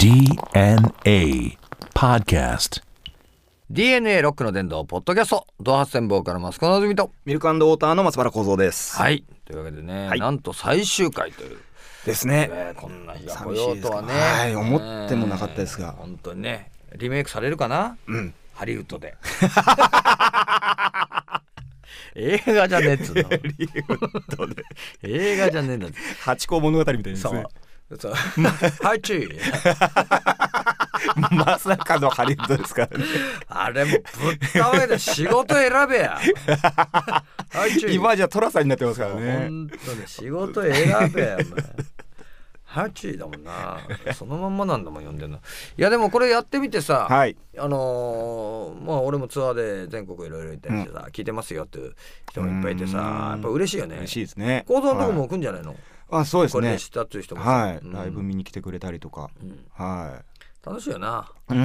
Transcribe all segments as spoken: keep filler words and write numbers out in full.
ディーエヌエー Podcast。 ディーエヌエー ロックの伝道ポッドキャスト、ドハッセンボーカルマスコのずみとミルク&ウォーターの松原幸三です。 はい、というわけでね、 はい、 なんと最終回というですね、 えー、こんな日が来ようとはね、 はい、思ってもなかったですが、 えー、本当にね、リメイクされるかな、 うん、 ハリウッドで映画じゃねえっつうのハリウッドで映画じゃねえんだって、 八甲物語みたいですね。 そうハチまさかのハリウッドですからね。 あれもぶったわけで仕事選べや今じゃトラさんになってますからね。 本当に仕事選べやハチだもんな、そのまんまなんだもん、読んでんの。いやでもこれやってみてさ、 はい、 あのー、まあ俺もツアーで全国いろいろ行ったりしてさ、うん、聞いてますよっていう人もいっぱいいてさ、やっぱ嬉しいよね。 嬉しいですね。 行動のとこも来んじゃないの、はい、 あ、そうですね。 これで知ったっていう人も、 はい、 うん、 ライブ見に来てくれたりとか、うん、はい、 楽しいよな、 うんうん、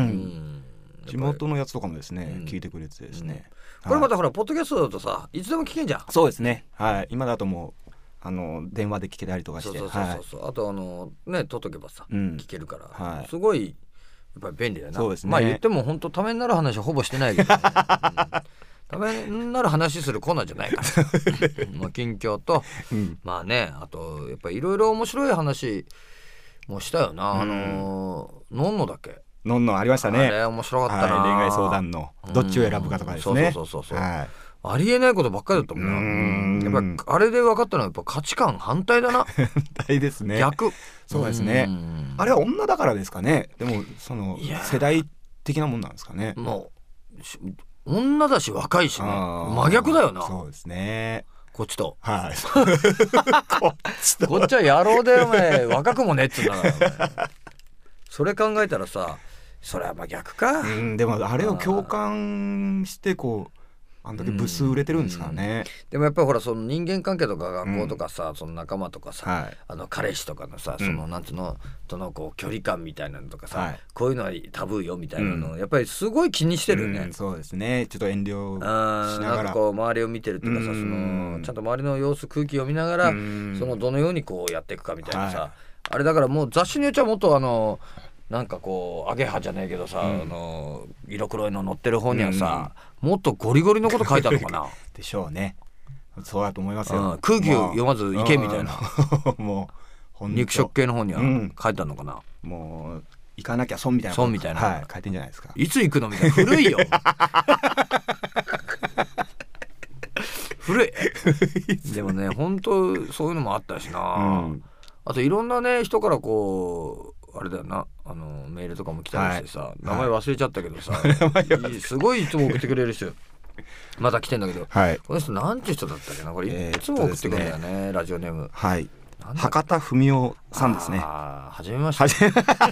地元のやつとかもですね、うん、聞いてくれてですね、 うん、これまたほらポッドキャストだとさ、いつでも聞けんじゃん。 そうですね、はい、今だともうあの電話で聞けたりとかして、 そうそうそうそう、はい、あとあのね撮っとけばさ、うん、聞けるから、はい、すごいやっぱり便利だよな。 そうですね。 まあ言っても本当ためになる話はほぼしてないけど、ね、うん、ためになる話するコーナーじゃないからまあ近況と、うん、まあね、あとやっぱりいろいろ面白い話もしたよな、うん、あののんのだっけ、 のんのありましたね。 あれ面白かったな、 はい、恋愛相談のどっちを選ぶかとかですね。 そうそうそうそう、 はい、 ありえないことばっかりだったもんな。やっぱりあれで分かったのはやっぱ価値観反対だな。 反対ですね。 逆。 そうですね。あれは女だからですかね。でもその世代的なもんなんですかね。 もう女だし若いしね、真逆だよな。 そうですね。 こっちと。 はい。 こっちと。こっちは野郎でお前若くもねっつうんだからそれ考えたらさ、それはまあ逆か。 うん、でもあれを共感してこう。あんだけ部数売れてるんですからね、うんうん、 でもやっぱりほらその人間関係とか学校とかさ、うん、その仲間とかさ、はい、あの彼氏とかのさ、そのなんつうのとのこう距離感みたいなのとかさ、はい、こういうのはタブーよみたいなのをやっぱりすごい気にしてるよね、 うん、そうですね。ちょっと遠慮しながらなんかこう周りを見てるっていうかさ、そのちゃんと周りの様子空気読みながら、そのどのようにこうやっていくかみたいなさ、はい、あれだからもう雑誌によっちゃもっとあのなんかこうアゲハじゃねえけどさ、うん、あの色黒いの載ってる方にはさ、うん、もっとゴリゴリのこと書いてあるのかなでしょうね。そうだと思いますよ、 うん、空気を読まずいけみたいな、 もう肉食系の方には書いてあるのかな、 うん、もう行かなきゃ損みたいな損みたいな、 はい、書いてんじゃないですか。 いつ行くのみたいな、古いよ古いでもね本当そういうのもあったしな、うん、あといろんなね人からこうあれだよな、あのメールとかも来たりしてさ、はい、名前忘れちゃったけどさ、はい、すごいいつも送ってくれる人また来てんだけど、はい、この人なんていう人だったっけな、これいつも送ってくるんだよね、えーね、ラジオネーム、 はい、博多文夫さんですね。 あ、はじめまして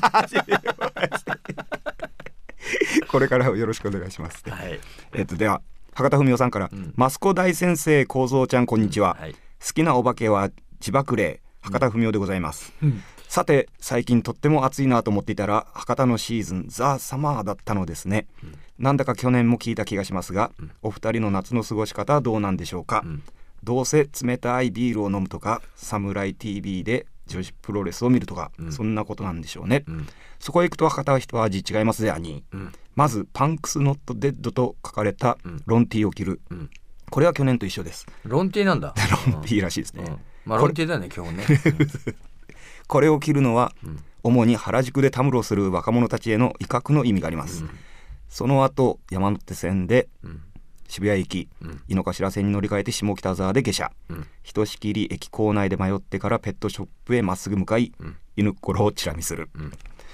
これからよろしくお願いします、 はい、 えー、とでは博多文夫さんから、うん、マスコ大先生幸三ちゃんこんにちは、うん、はい、好きなお化けは千葉クレイ博多文夫でございます、うん、さて最近とっても暑いなと思っていたら博多のシーズンザ・サマーだったのですね、うん、なんだか去年も聞いた気がしますが、うん、お二人の夏の過ごし方はどうなんでしょうか、うん、どうせ冷たいビールを飲むとかサムライ ティーブイ で女子プロレスを見るとか、うん、そんなことなんでしょうね、うん、そこへ行くと博多は一味違いますぜ兄、うん、まずパンクスノットデッドと書かれたロンティーを着る、うん、これは去年と一緒です。 ロンティーなんだロンティーらしいですね、うん、 まあ、ロンティーだよね基本ねこれを着るのは、うん、主に原宿でたむろする若者たちへの威嚇の意味があります、うん、その後山手線で、うん、渋谷駅、うん、井の頭線に乗り換えて下北沢で下車、うん、ひとしきり駅構内で迷ってからペットショップへまっすぐ向かい、うん、犬っころをチラ見する、うん、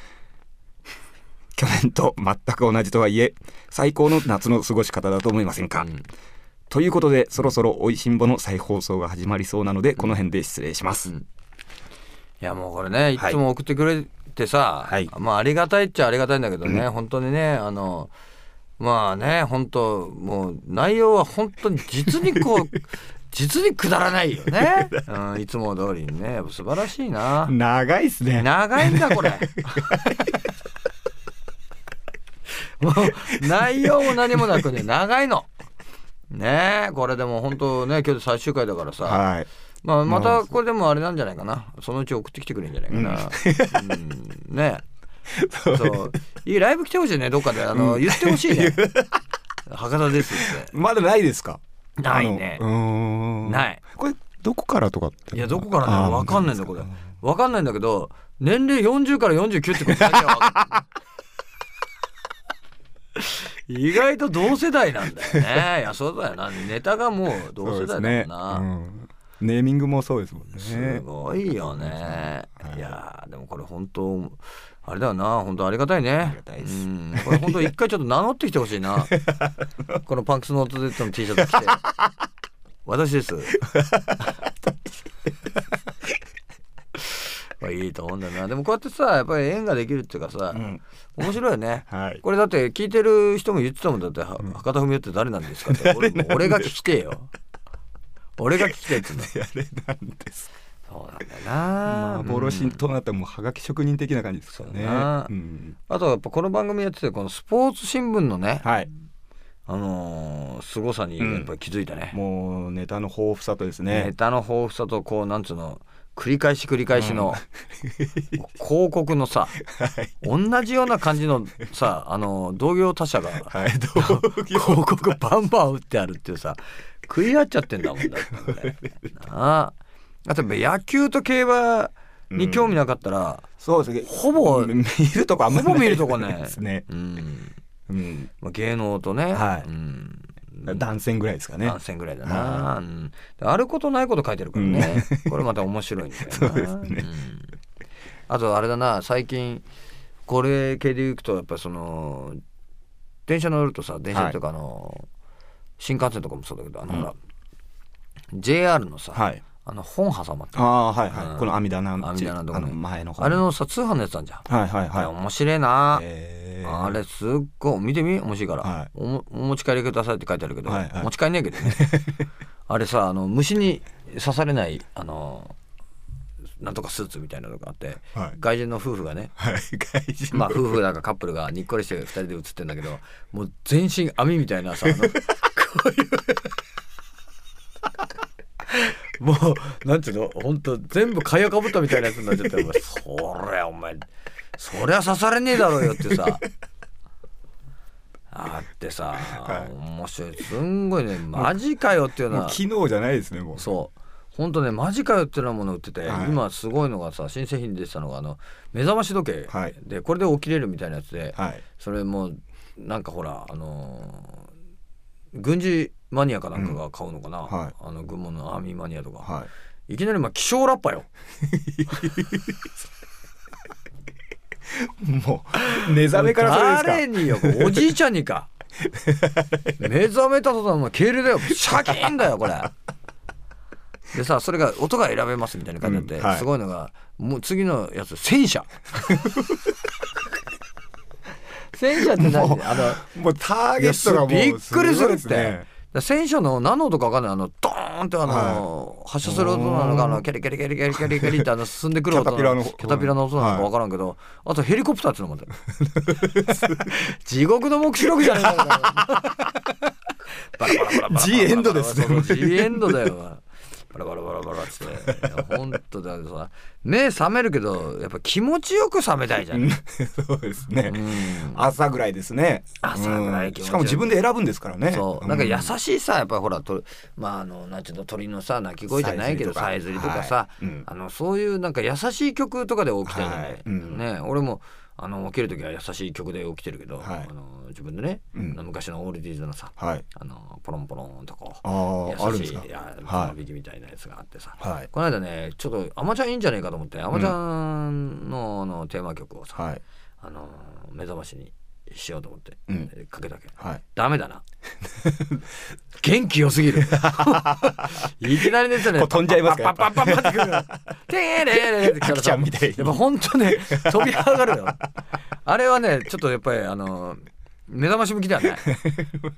去年と全く同じとはいえ最高の夏の過ごし方だと思いませんか、うん、ということでそろそろおいしんぼの再放送が始まりそうなのでこの辺で失礼します、うん、いやもうこれねいつも送ってくれてさ、はい、まあありがたいっちゃありがたいんだけどね、うん、本当にねあのまあね本当もう内容は本当に実にこう実にくだらないよね、うん、いつも通りにね素晴らしいな。 長いっすね。 長いんだこれもう内容も何もなくね長いのねえ。これでも本当ね今日で最終回だからさ、はい、まあ、またこれでもあれなんじゃないかな、そのうち送ってきてくれるんじゃないかな、うんうん、ねそういいライブ来てほしいね、どっかであの、うん、言ってほしいね博多ですって。 まだないですか？ ないね。うーんない。 これどこからとかって？ いやどこからね分かんないんだこれ。分かんないんだけど年齢よんじゅうからよんじゅうきゅうってことだけは分かる意外と同世代なんだよね。いやそうだよな、ネタがもう同世代だもんな、ね、うん、 ネーミングもそうですもんね。 すごいよね、はい、いやでもこれ本当あれだよな、本当ありがたいね。ありがたいです。うん、これ本当一回ちょっと名乗ってきてほしいなこのパンクスノートデッドの T シャツ着て私ですいいと思うんだよな。でもこうやってさやっぱり縁ができるっていうかさ、うん、面白いよね、はい、これだって聞いてる人も言ってたもんだって、うん、博多文雄って誰なんですかって俺, 俺が聞きてえよ俺が聞きてえって言うの誰なんですか。 そうなんだよな、 幻となったらもうはがき職人的な感じですからね、 うん、あとやっぱこの番組やっててこのスポーツ新聞のね、はい、あのー、凄さにやっぱり気づいたね、 うん、もうネタの豊富さとですね、 ネタの豊富さとこうなんつうの繰り返し繰り返しの、うん、広告のさ、はい、同じような感じのさあの同業他社が、はい、広告バンバン打ってあるっていうさ食い合っちゃってんだもんだって、ね、なあ。あと野球と競馬に興味なかったら、うん、 そうですね、 ほぼ見るとこあんまりほぼ見るとこねですね、 うんうんまあ、芸能とね、 はいうん、 断線ぐらいですかね。 断線ぐらいだな、うん、あることないこと書いてるからね、うん、これまた面白いんだよなそうですね、うん、 あとあれだな、最近これ系でいくとやっぱりその電車乗るとさ、電車とかあの、はい、新幹線とかもそうだけどあの、うん、ほら ジェイアール のさ、はい、あの本挟まってる、 あ、はいはい、うん、この網棚網棚のところ、 の前の方、 あれのさ通販のやつあんじゃん、 はいはいはい、 面白いな、 えー、あれすっごい見てみ面白いから、はい、お, もお持ち帰りくださいって書いてあるけど、はいはい、持ち帰んねえけどねあれさあの虫に刺されないあのなんとかスーツみたいなのがあって、はい、外人の夫婦がね、はい、外人まあ夫婦だかカップルがにっこりしてふたりで写ってんだけど、もう全身網みたいなさあのこういうもうなんていうの本当全部蚊帳かぶったみたいなやつになっちゃってそりゃお前そりゃ刺されねえだろうよってさあってさ、はい、面白い、すんごいね、マジかよっていうのは機能じゃないですね、もうそう本当ねマジかよっていうようなもの売ってて、はい、今すごいのがさ新製品で出てたのがあの目覚まし時計、はい、でこれで起きれるみたいなやつで、はい、それもなんかほらあのー、軍事マニアかなんかが買うのかな、うんはい、あの軍門のアーミーマニアとか、はい、いきなりまあ気象ラッパよもう目覚めからそれですか。 誰によおじいちゃんにか目覚めたとたん敬礼だよ、シャキーンだよこれでさそれが音が選べますみたいな感じになって、うんはい、すごいのがもう次のやつ戦車戦車って何あのもうターゲットがもうびっくりするって、戦車の何の音か分かんない、あのドーンってあの、はい、発射する音なのかあのキャリキャリキャリキャリキャリキャリってあの進んでくる音なのキャタピラの音なのか分からんけど、はい、あとヘリコプターっていうのもある地獄の目視録じゃねえかバラバラバラバラバラ G エンドですね。 G エンドだよバラバラバラバラっつって本当だよさ、目覚めるけどやっぱ気持ちよく覚めたいじゃんそうですね、うん、朝ぐらいですね、 朝ぐらい気持ちよく、 しかも自分で選ぶんですからね。 そうなんか優しいさやっぱほらとまああのなんちゅうの鳥のさ鳴き声じゃないけどさえずりとかさ、はいうん、あのそういうなんか優しい曲とかで起きたいじゃない、はいうん、ね俺もあの起きるときは優しい曲で起きてるけど、はい、あの自分でね、うん、昔のオールディーズのさ、はい、あのポロンポロンとこう優しいやつ引きみたいなやつがあってさ、はい、この間ねちょっとあまちゃんいいんじゃないかと思ってあまちゃん の, あのテーマ曲をさ、はい、あの目覚ましにしようと思って、うん、かけたけど、はい、ダメだな元気良すぎるいきなりですね飛んじゃいますからパッパッパッパッってくるてーれーれーってきちゃんみたいにやっぱほんとね飛び上がるよあれはねちょっとやっぱりあの目覚まし向きではない、うん、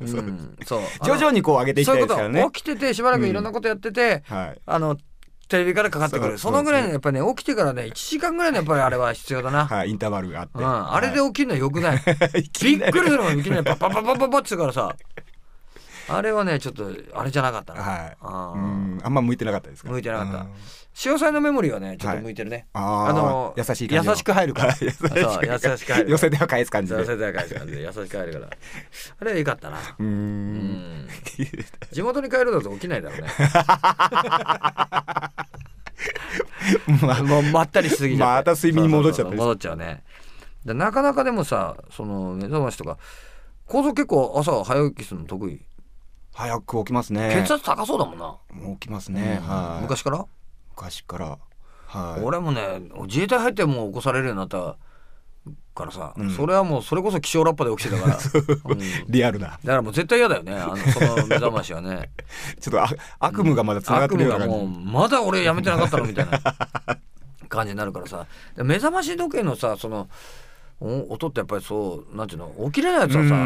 そう徐々にこう上げていきたいですからね。 そういうこと起きててしばらくいろんなことやってて、うんはい、あのテレビからかかってくる そ, そのぐらいのやっぱりね起きてからねいちじかんぐらいのやっぱりあれは必要だな、 はい、インターバルがあって、 うん、あれで起きるのはよくない、はい、びっくりするもんいきなりパッパッパッパッパッパッってからさあれはねちょっとあれじゃなかったな、 はい、あうんあんま向いてなかったですか。 向いてなかった。 潮騒のメモリーはねちょっと向いてるね、 はい、ああの優しい感じの優しく入るから優しくそう優しく入る寄せては返す感じで寄せては返す感じで優しく入るからあれはいいかったな。 うーんうん地元に帰るだと起きないだろうねまあ、 もうまったりしすぎちゃってまた睡眠に戻っちゃったり戻っちゃうね。でなかなかでもさその目覚ましとか構造結構朝早起きするの得意？ 早く起きますね。 血圧高そうだもんな。 もう起きますね、うん、はい。 昔から？ 昔からはい。 俺もね自衛隊入ってもう起こされるようになったからさ、うん、それはもうそれこそ気象ラッパで起きてたから、 うん、リアルな。 だからもう絶対嫌だよねあのその目覚ましはねちょっとあ悪夢がまだつながってるような感じ、 悪夢がもうまだ俺やめてなかったのみたいな感じになるからさ目覚まし時計のさその音ってやっぱりそうなんていうの起きれないやつはさ、うん、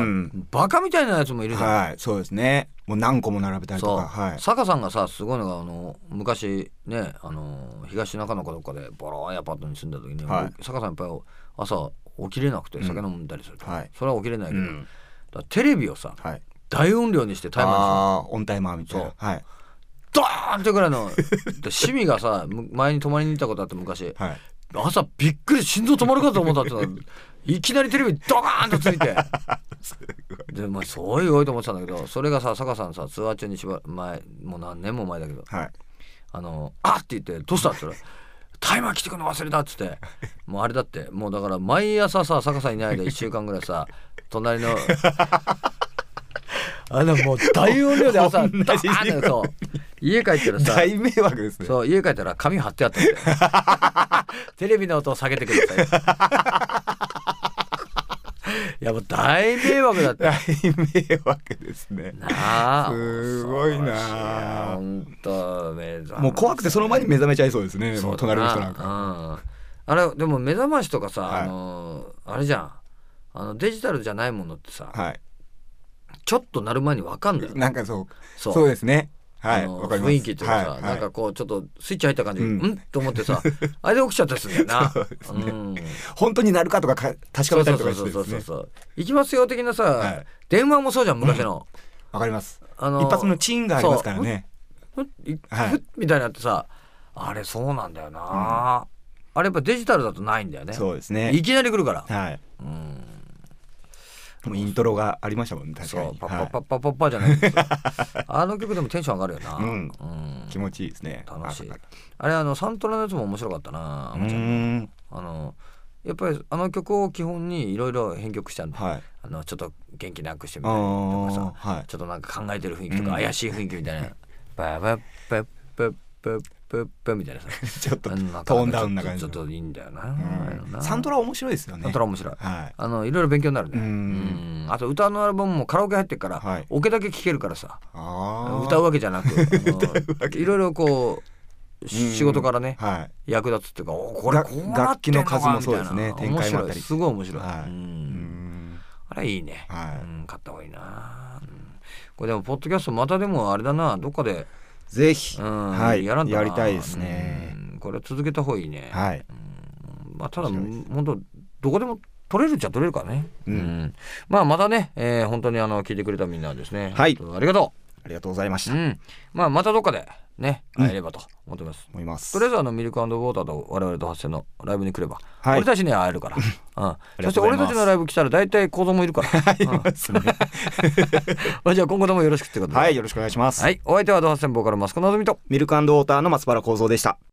バカみたいなやつもいるじゃん。 はいそうですね。もう何個も並べたりとか、はい、 坂さんがさすごいのがあの昔ねあの東中野かどっかでボロいアパートに住んだ時に、はい、坂さんやっぱり朝起きれなくて酒飲んだりすると、うん、それは起きれないけど、うん、だテレビをさ、はい、大音量にしてタイマーにするあオンタイマーみたいなはいドーンってぐらいのシミがさ前に泊まりに行ったことあって昔、はい、朝びっくり心臓止まるかと思ったっていきなりテレビドカーンとついてでもすごい多いと思ってたんだけどそれがさ坂さんさツアー中にしば前もう何年も前だけど、はい、あのあって言ってどうしたって言ったらタイマー来てくの忘れたっつってもうあれだってもうだから毎朝さ坂さんいない間いっしゅうかんぐらいさ隣のあのもう大音量で朝ダーンそう家帰ったらさ大迷惑ですね。 そう家帰ったら紙貼ってあったんだよテレビの音を下げてくださいいやもう大迷惑だって大迷惑ですね。 なあすごいな本当目覚ましもう怖くてその前に目覚めちゃいそうですね。もう隣の人なんか、 うん、あれでも目覚ましとかさ、はい、あのあれじゃんあのデジタルじゃないものってさ、はい、ちょっと鳴る前に分かんないなんかそうそう、そうですねはいわかります雰囲気っていうかさ、はい、なんかこうちょっとスイッチ入った感じで、うん、うんと思ってさあれで起きちゃったりするんだよなそうですね、うん、 本当になるかとかか確かめたりとかしてですねそうそうそうそう行きますよ的なさ、はい、電話もそうじゃん昔のわ、 うん、かります、あのー、一発のチンがありますからねふっふっふっみたいになってさあれそうなんだよな、うん、あれやっぱデジタルだとないんだよね。 そうですねいきなり来るからはい、うんもうイントロがありましたもんね確かに。 そうパッパッパッパッパッパじゃないですかあの曲でもテンション上がるよな、うんうん、 気持ちいいですね。 楽しい。あれあのサントラのやつも面白かったな。あのあのやっぱりあの曲を基本にいろいろ編曲したんで、はい、あのちょっと元気なくしてみたりとかさ、はい、ちょっとなんか考えてる雰囲気とか、うん、怪しい雰囲気みたいなババッバッバッバップップみたいなさちょっとトーンダウンな感じちょっといいんだよな、 うん、サントラ面白いですよね。 サントラ面白い、はい、あのいろいろ勉強になるね。うんうんあと歌のアルバムもカラオケ入ってるから、はい、オケだけ聴けるからさあ歌うわけじゃなくいろいろこう仕事からね、はい、役立つっていうかおこれこうなってんのかみたいな楽器の数もそうですね展開もあったりすごい面白い、はい、うんうんあれいいね、はいうん、買った方がいいな、うん、これでもポッドキャストまたでもあれだなどっかでぜひ、うん、はい、 やらんとなやりたいですね、 うん、これ続けた方がいいね、 はいうんまあ、ただ本当どこでも取れるっちゃ取れるからね、うんうん、まあまたね、えー、本当にあの聞いてくれたみんなですね、 はい、 ありがとうありがとうございました、 うん、まあまたどっかでね会えればと思ってます、 うん、思います。 とりあえずあのミルク&ウォーターと我々と発声のライブに来れば、はい、俺たちには会えるから、うん、そして俺たちのライブ来たら大体子供いるからいますねじゃあ今後ともよろしくってことで、 はいよろしくお願いします。 はいお相手はドハッセンボーカルマスコのぞみとミルク&ウォーターの松原幸三でした。